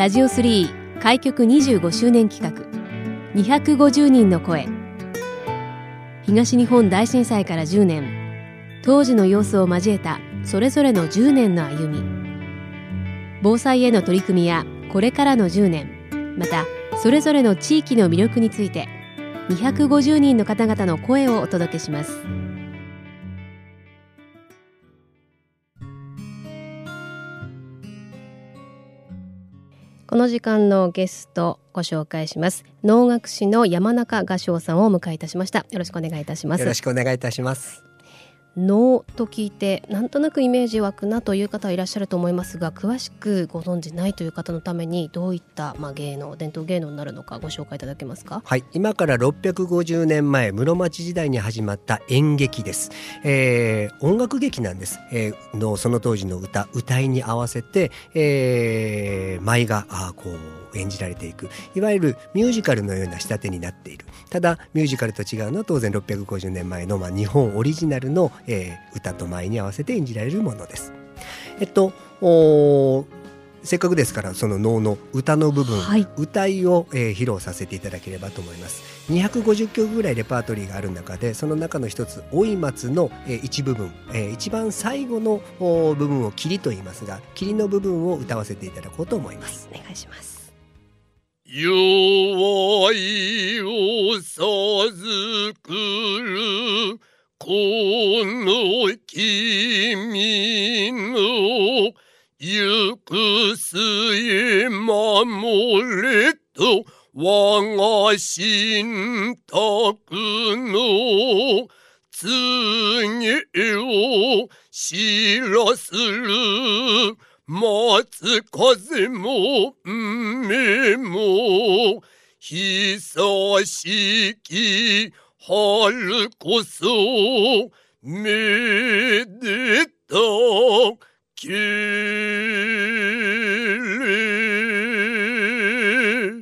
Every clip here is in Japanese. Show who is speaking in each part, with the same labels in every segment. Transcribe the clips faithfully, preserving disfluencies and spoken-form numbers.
Speaker 1: ラジオスリー開局にじゅうごしゅうねん企画にひゃくごじゅうにんの声。東日本大震災からじゅうねん、当時の様子を交えたそれぞれのじゅうねんの歩み、防災への取り組みやこれからのじゅうねん、またそれぞれの地域の魅力についてにひゃくごじゅうにんの方々の声をお届けします。この時間のゲストご紹介します。能楽師の山中雅唱さんをお迎えいたしました。よろしくお願いいたします。
Speaker 2: よろしくお願いいたします。
Speaker 1: 能と聞いてなんとなくイメージ湧くなという方はいらっしゃると思いますが、詳しくご存じないという方のためにどういった、まあ、芸能伝統芸能になるのかご紹介いただけますか。
Speaker 2: はい、今からろっぴゃくごじゅうねんまえ室町時代に始まった演劇です。えー、音楽劇なんです。えー、のその当時の歌歌いに合わせて、えー、舞があこう演じられていく、いわゆるミュージカルのような仕立てになっている。ただミュージカルと違うのは当然ろっぴゃくごじゅうねんまえの、まあ、日本オリジナルの、えー、歌と舞に合わせて演じられるものです。えっとせっかくですからその能の歌の部分、はい、歌いを、えー、披露させていただければと思います。にひゃくごじゅっきょくぐらいレパートリーがある中で、その中の一つ老松の、えー、一部分、えー、一番最後の部分を霧と言いますが、霧の部分を歌わせていただこうと思います。
Speaker 1: はい、お願いします。
Speaker 3: 弱いを授るこの君の行く末守れと我が信託の告げを知らする。松風も梅も久しき春こそめでたけれ。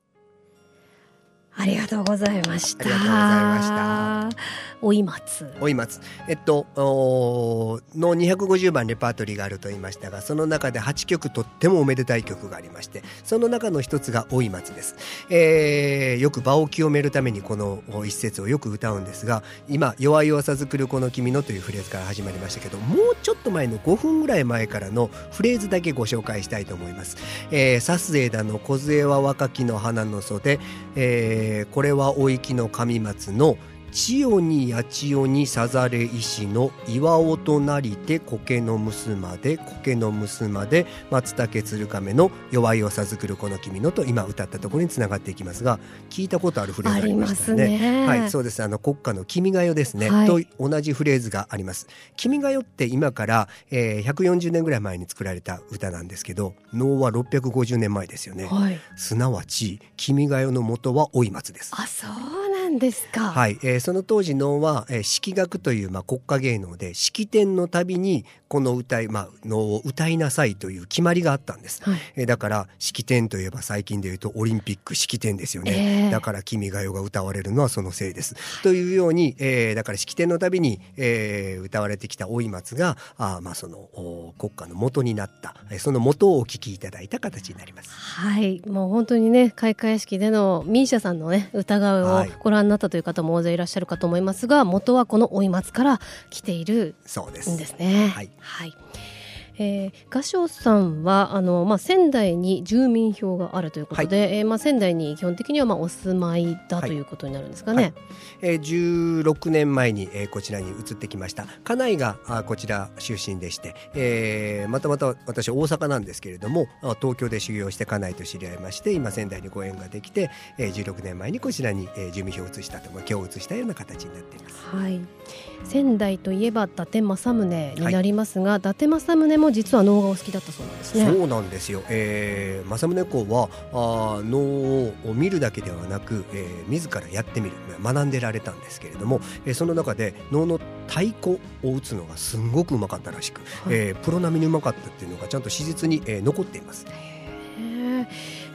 Speaker 1: ありがとうございました。
Speaker 2: ありがとうございました。
Speaker 1: 老松
Speaker 2: 老松、えっとのにひゃくごじゅうばんレパートリーがあると言いましたが、その中ではちきょくとってもおめでたい曲がありまして、その中の一つが老松です。えー、よく場を清めるためにこの一節をよく歌うんですが、今弱いを授るこの君のというフレーズから始まりましたけど、もうちょっと前のごふんぐらい前からのフレーズだけご紹介したいと思います。えー、さす枝の梢は若きの花の袖、えー、これはお息の上松の千代に八千代にさざれ石の岩尾となりて苔の結まで苔の結まで松茸鶴亀の弱いを授るこの君のと今歌ったところにつながっていきますが、聞いたことあるフレーズありましたね。
Speaker 1: ありますね。
Speaker 2: はい、そうです。あの国歌の君が代ですね、はい、と同じフレーズがあります。君が代って今から、えー、ひゃくよんじゅうねんぐらい前に作られた歌なんですけど、能はろっぴゃくごじゅうねんまえですよね。はい、すなわち君が代の元は老松です。
Speaker 1: あ、そうなんですか。
Speaker 2: はい、えーその当時能は、えー、式楽という、まあ、国家芸能で式典のたびにこの歌い、まあ、能を歌いなさいという決まりがあったんです。はい、えー、だから式典といえば最近でいうとオリンピック式典ですよね。えー、だから君が代が歌われるのはそのせいです。というように、えー、だから式典のたびに、えー、歌われてきた老松があ、まあ、その国家の元になった、その元をお聞きいただいた形になります。
Speaker 1: はい、もう本当にね、開会式でのミーシャさんのね歌声をご覧になったという方も大勢いらっしゃるかと思いますが、元はこの老松から来ているんですね。はい、はい、えー、雅唱さんはあの、まあ、仙台に住民票があるということで、はい、えーまあ、仙台に基本的にはまあお住まいだということになるんですかね。はいはい、
Speaker 2: えー、じゅうろくねんまえに、えー、こちらに移ってきました。家内があこちら出身でして、えー、またまた私大阪なんですけれども、東京で修行して家内と知り合いまして、今仙台にご縁ができて、えー、じゅうろくねんまえにこちらに、えー、住民票を移したと、まあ、今日移したような形になっています。
Speaker 1: はい、仙台といえば伊達政宗になりますが、はい、伊達政宗も実は能がお好きだったそうなんですね。
Speaker 2: そうなんですよ。えー、政宗公はあ能を見るだけではなく、えー、自らやってみる、学んでられたんですけれども、えー、その中で能の太鼓を打つのがすんごくうまかったらしく、はい、えー、プロ並みにうまかったっていうのがちゃんと史実に、えー、残っています。
Speaker 1: へー、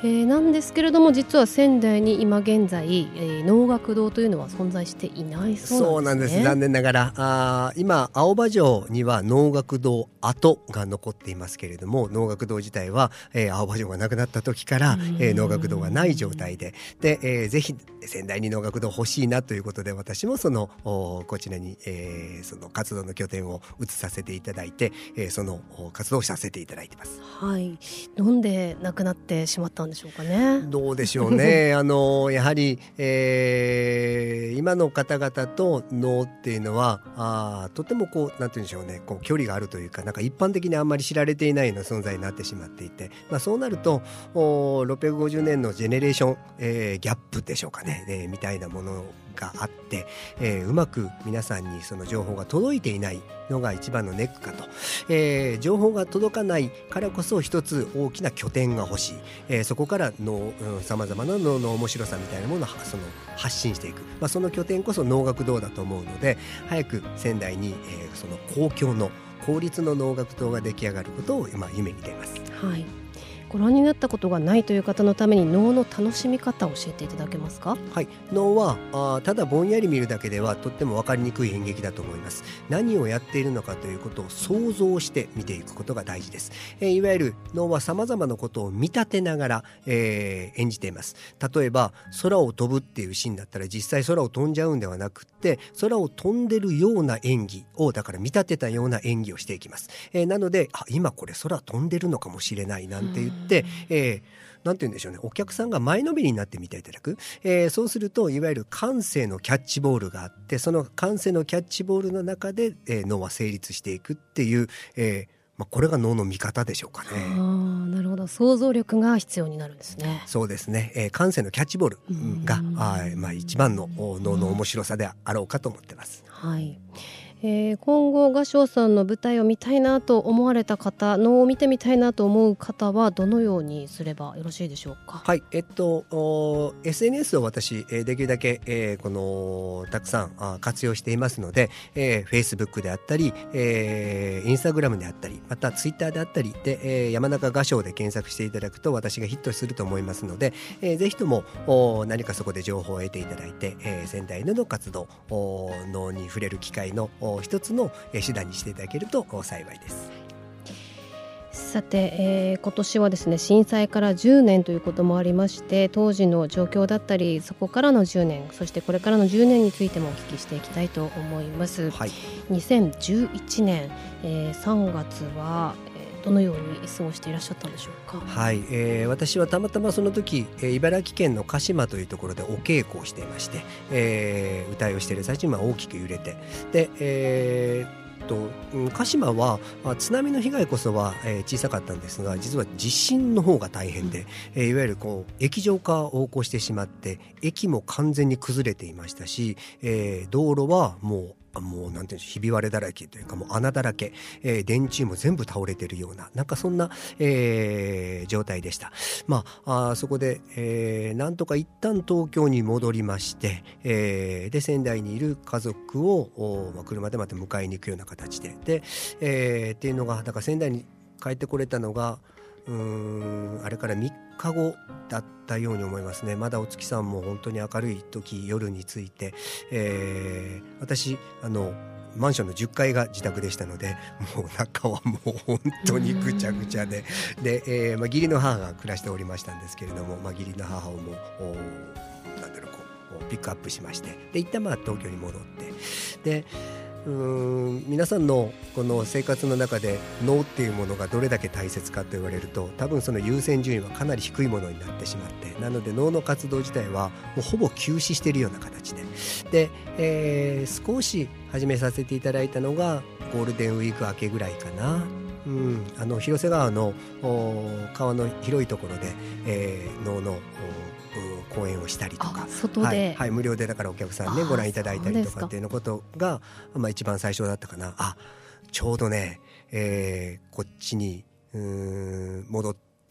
Speaker 1: えー、なんですけれども実は仙台に今現在、えー、能楽堂というのは存在していないそうなんですね。
Speaker 2: そうなんです。残念ながらあ今青葉城には能楽堂跡が残っていますけれども、能楽堂自体は、えー、青葉城がなくなった時から、えー、能楽堂がない状態でで、えー、ぜひ仙台に能楽堂欲しいなということで、私もそのこちらに、えー、その活動の拠点を移させていただいて、えー、その活動をさせていただいています。
Speaker 1: はい、なんでなくなってしまったんでしょうかね。
Speaker 2: どうでしょうねあのやはり、えー、今の方々と能っていうのはあとてもこうなんて言うんでしょうね、こう距離があるというか、なんか一般的にあんまり知られていないような存在になってしまっていて、まあ、そうなるとろっぴゃくごじゅうねんのジェネレーション、えー、ギャップでしょうかね、えー、みたいなものがあって、えー、うまく皆さんにその情報が届いていないのが一番のネックかと、えー、情報が届かないからこそ一つ大きな拠点が欲しい、えー、そこからさまざまな能の面白さみたいなものをその発信していく、まあ、その拠点こそ能楽堂だと思うので、早く仙台に、えー、その公共の公立の能楽堂が出来上がることを今夢見ています。
Speaker 1: はい、ご覧になったことがないという方のために能の楽しみ方を教えていただけますか。
Speaker 2: はい、能はあただぼんやり見るだけではとっても分かりにくい演劇だと思います。何をやっているのかということを想像して見ていくことが大事です。えー、いわゆる能はさまざまなことを見立てながら、えー、演じています。例えば空を飛ぶっていうシーンだったら実際空を飛んじゃうんではなくって空を飛んでるような演技をだから見立てたような演技をしていきます。えー、なのであ今これ空飛んでるのかもしれないなんて言ってで、えー、なんて言うんでしょうね、お客さんが前のめりになって見ていただく、えー、そうするといわゆる感性のキャッチボールがあって、その感性のキャッチボールの中で、えー、脳は成立していくっていう、えーまあ、これが脳の見方でしょうかね。
Speaker 1: あ、なるほど、想像力が必要になるんですね。
Speaker 2: そうですね、えー、感性のキャッチボールがあ、まあ、一番の脳の面白さであろうかと思ってます。
Speaker 1: はい、えー、今後画商さんの舞台を見たいなと思われた方、能を見てみたいなと思う方はどのようにすればよろしいでしょうか。
Speaker 2: はい、えっと エスエヌエス を私、えー、できるだけ、えー、このたくさんあ活用していますので、えー、Facebook であったり、えー、Instagram であったり、また Twitter であったりで、えー、山中画商で検索していただくと私がヒットすると思いますので、えー、ぜひとも何かそこで情報を得ていただいて、えー、仙台での活動能に触れる機会の一つの手段にしていただけると幸いです。
Speaker 1: さて、えー、今年はですね震災からじゅうねんということもありまして、当時の状況だったりそこからのじゅうねん、そしてこれからのじゅうねんについてもお聞きしていきたいと思います。はい、にせんじゅういちねん、えー、さんがつはどのように過ごしていらっしゃったんでしょうか。
Speaker 2: はい、えー、私はたまたまその時、えー、茨城県の鹿島というところでお稽古をしていまして、えー、歌いをしている最中に大きく揺れて、で、えーと鹿島は津波の被害こそは、えー、小さかったんですが、実は地震の方が大変で、えー、いわゆるこう液状化を起こしてしまって駅も完全に崩れていましたし、えー、道路はもうもうなんていうんでしょう、ひび割れだらけというかもう穴だらけ、えー、電柱も全部倒れているようななんかそんな、えー、状態でした。まあ、あそこで、えー、なんとか一旦東京に戻りまして、えー、で仙台にいる家族を、まあ、車でまた迎えに行くような形でで、えー、っていうのがだから仙台に帰ってこれたのがうーんあれからみっかごだったように思いますね。まだお月さんも本当に明るい時夜について、えー、私あのマンションのじゅっかいが自宅でしたので、もう中はもう本当にぐちゃぐちゃでで、えーまあ、義理の母が暮らしておりましたんですけれども、まあ、義理の母をもうなんだろうこうピックアップしまして、で一旦まあ東京に戻ってでうーん皆さんのこの生活の中で脳っていうものがどれだけ大切かと言われると、多分その優先順位はかなり低いものになってしまって、なので脳の活動自体はもうほぼ休止しているような形でで、えー、少し始めさせていただいたのがゴールデンウィーク明けぐらいかな。うん、あの広瀬川の川の広いところで、えー、脳の講演をしたりとか、
Speaker 1: 外で、
Speaker 2: はいはい、無料でだからお客さんねご覧いただいたりとかっていうのことが、まあ、一番最初だったかな。あちょうどね、えー、こっちにうーん戻って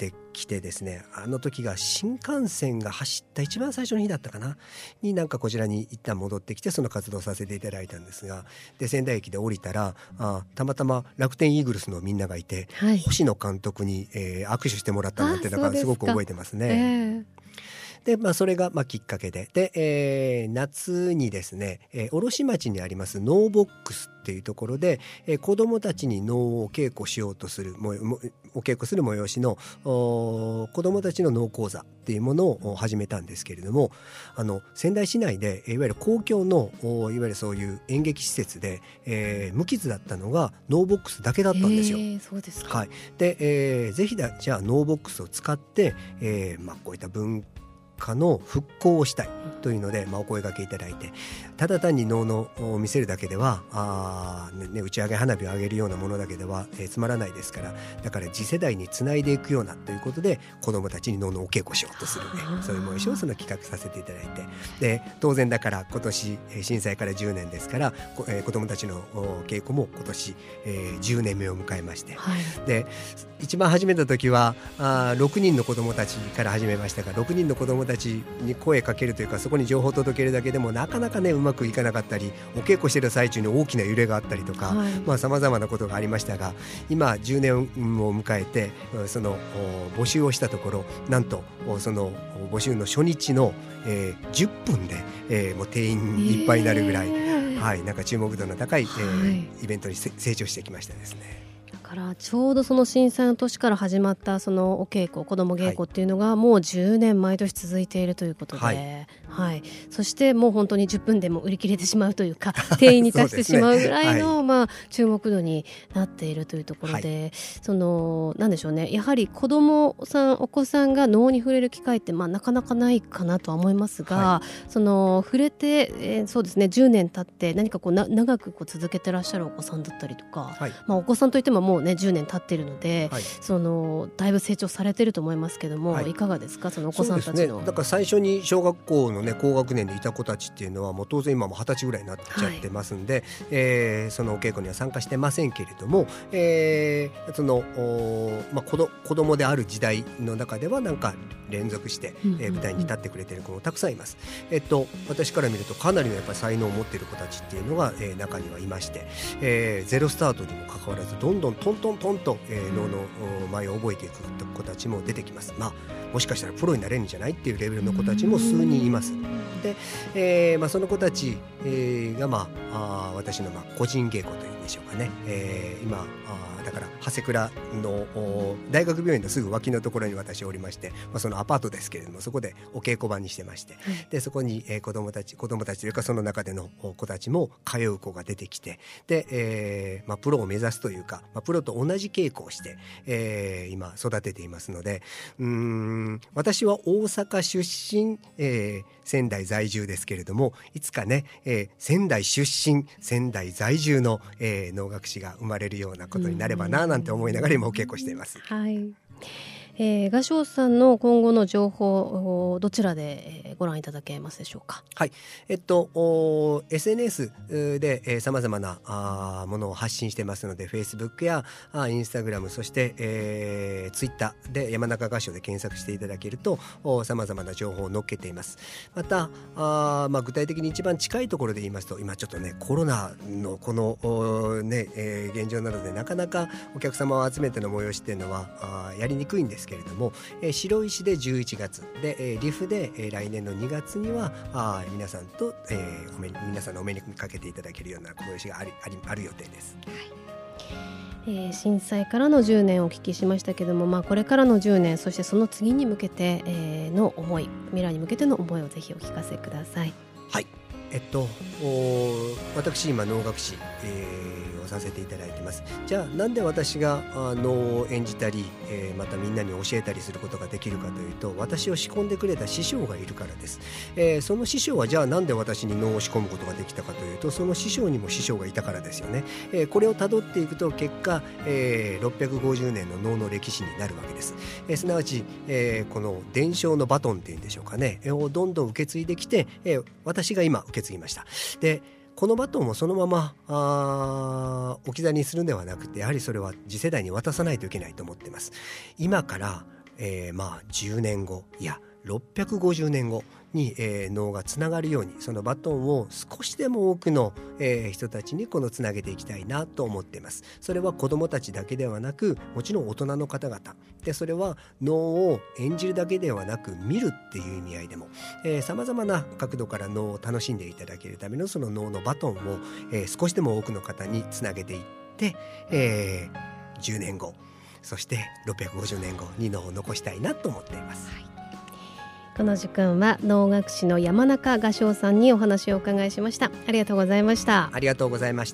Speaker 2: ってきてですね、あの時が新幹線が走った一番最初の日だったかなに、なんかこちらに一旦戻ってきてその活動させていただいたんですが、で仙台駅で降りたらあたまたま楽天イーグルスのみんながいて、はい、星野監督に、えー、握手してもらったのってなんかすごく覚えてますね。で、まあ、それがまあきっかけで、で、えー、夏にですね、えー、卸町にありますノーボックスっていうところで、えー、子どもたちに能を稽古しようとするももお稽古する催しの子どもたちの能講座っていうものを始めたんですけれども、あの仙台市内でいわゆる公共のいわゆるそういう演劇施設で、えー、無傷だったのがノーボックスだけだったんですよ。
Speaker 1: そうですか。
Speaker 2: はい、で、えー、ぜひだじゃあノーボックスを使って、えーまあ、こういった文化の復興をしたいというので、まあ、お声掛けいただいて、ただ単に能のを見せるだけではあ、ねね、打ち上げ花火を上げるようなものだけでは、えー、つまらないですから、だから次世代につないでいくようなということで子どもたちに能のお稽古しようとする、ね、そういう催しをその企画させていただいて、で当然だから今年震災からじゅうねんですから、えー、子どもたちの稽古も今年、えー、じゅうねんめを迎えまして、はい、で一番始めた時はあろくにんの子どもたちから始めましたが、ろくにんの子どもたちに声かけるというか、そこに情報を届けるだけでもなかなかねうまくいかなかったり、お稽古している最中に大きな揺れがあったりとか、さまざ、まなことがありましたが、今じゅうねんを迎えてその募集をしたところ、なんとその募集の初日の、えー、じゅっぷんで、えー、もう定員いっぱいになるぐらい、えーはい、なんか注目度の高い、えーはい、イベントに成長してきましたですね。
Speaker 1: だからちょうどその震災の年から始まったそのお稽古、子ども稽古っていうのがもうじゅうねん毎年続いているということで、はいはい、そしてもう本当にじゅっぷんでも売り切れてしまうというか定員に達してしまうぐらいの、ね、まあ、注目度になっているというところで、はい、そのなんでしょうね、やはり子どもさんお子さんが能に触れる機会って、まあ、なかなかないかなとは思いますが、はい、その触れて、えー、そうですねじゅうねん経って何かこうな長くこう続けてらっしゃるお子さんだったりとか、はい、まあ、お子さんといってももうねじゅうねん経っているので、はい、そのだいぶ成長されていると思いますけども、はい、いかがですか、そのお子さんたちの。そうですね、だ
Speaker 2: から最初に小学校の、ね、高学年でいた子たちっていうのはもう当然今もはたちぐらいになっちゃってますんで、はい、えー、そのお稽古には参加してませんけれども、えー、そのまあ、子ど子供である時代の中ではなんか連続して、えー、舞台に立ってくれている子もたくさんいます。えっと、私から見るとかなりのやっぱり才能を持っている子たちっていうのが、えー、中にはいまして、えー、ゼロスタートにもかかわらずどんどんトントントンと、えー、能の前を覚えていく子たちも出てきます。まあ、もしかしたらプロになれるんじゃないっていうレベルの子たちも数人います。で、えーまあ、その子たち、えー、が、まあ、あ私のまあ個人稽古というんでしょうかね、えー、今あだから長谷倉の大学病院のすぐ脇のところに私おりまして、まあ、そのアパートですけれどもそこでお稽古場にしてまして、でそこに、えー、子どもたち子どもたちというかその中での子たちも通う子が出てきて、で、えーまあ、プロを目指すというか、まあ、プロと同じ稽古をして、えー、今育てていますので、うーん私は大阪出身、えー、仙台在住ですけれども、いつかね、えー、仙台出身仙台在住の、えー、能楽師が生まれるようなことになればななんて思いながら今お稽古しています。
Speaker 1: はい、えー、画商さんの今後の情報どちらでご覧いただけますでしょうか。
Speaker 2: はい、えっと エスエヌエス でさまざまなあものを発信してますので、 Facebook やあ Instagram、 そして、えー、Twitter で山中画商で検索していただけるとさまざまな情報を載っけています。またあ、まあ、具体的に一番近いところで言いますと、今ちょっとねコロナのこの、ねえー、現状なのでなかなかお客様を集めての催しっていうのはあやりにくいんですけれども、えー、白石でじゅういちがつで、えー、リフで、えー、来年のにがつにはあ皆さんと、えー、お目に皆さんのお目にかけていただけるような催しがあり、あり、ある予定です。
Speaker 1: はい、えー、震災からのじゅうねんお聞きしましたけども、まあ、これからのじゅうねん、そしてその次に向けて、えー、の思い、未来に向けての思いをぜひお聞かせください。
Speaker 2: はい、えっと私今能楽師、えー、をさせていただいてます。じゃあなんで私が能を演じたり、えー、またみんなに教えたりすることができるかというと、私を仕込んでくれた師匠がいるからです。えー、その師匠はじゃあなんで私に能を仕込むことができたかというと、その師匠にも師匠がいたからですよね。えー、これをたどっていくと結果、えー、ろっぴゃくごじゅうねんの能の歴史になるわけです。えー、すなわち、えー、この伝承のバトンっていうんでしょうかね、えー、をどんどん受け継いできて、えー、私が今受け継ぎました。でこのバトンをそのままあ置き去りにするんではなくて、やはりそれは次世代に渡さないといけないと思っています。今からえー、まあじゅうねんごいやろっぴゃくごじゅうねんごに、えー、能がつながるように、そのバトンを少しでも多くの、えー、人たちにこのつなげていきたいなと思っています。それは子どもたちだけではなく、もちろん大人の方々で、それは能を演じるだけではなく見るっていう意味合いでもさまざまな角度から能を楽しんでいただけるためのその能のバトンを、えー、少しでも多くの方につなげていって、えー、じゅうねんごそしてろっぴゃくごじゅうねんごに能を残したいなと思っています。はい、
Speaker 1: この時間は能楽師の山中雅生さんにお話をお伺いしました。ありがとうございました。
Speaker 2: ありがとうございました。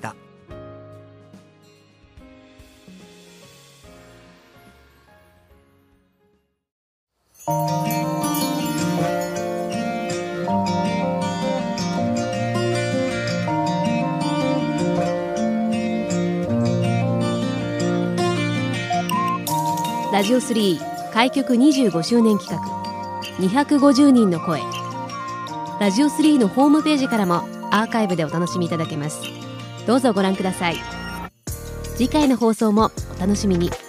Speaker 1: ラジオスリー開局にじゅうごしゅうねん企画にひゃくごじゅうにんの声。ラジオスリーのホームページからもアーカイブでお楽しみいただけます。どうぞご覧ください。次回の放送もお楽しみに。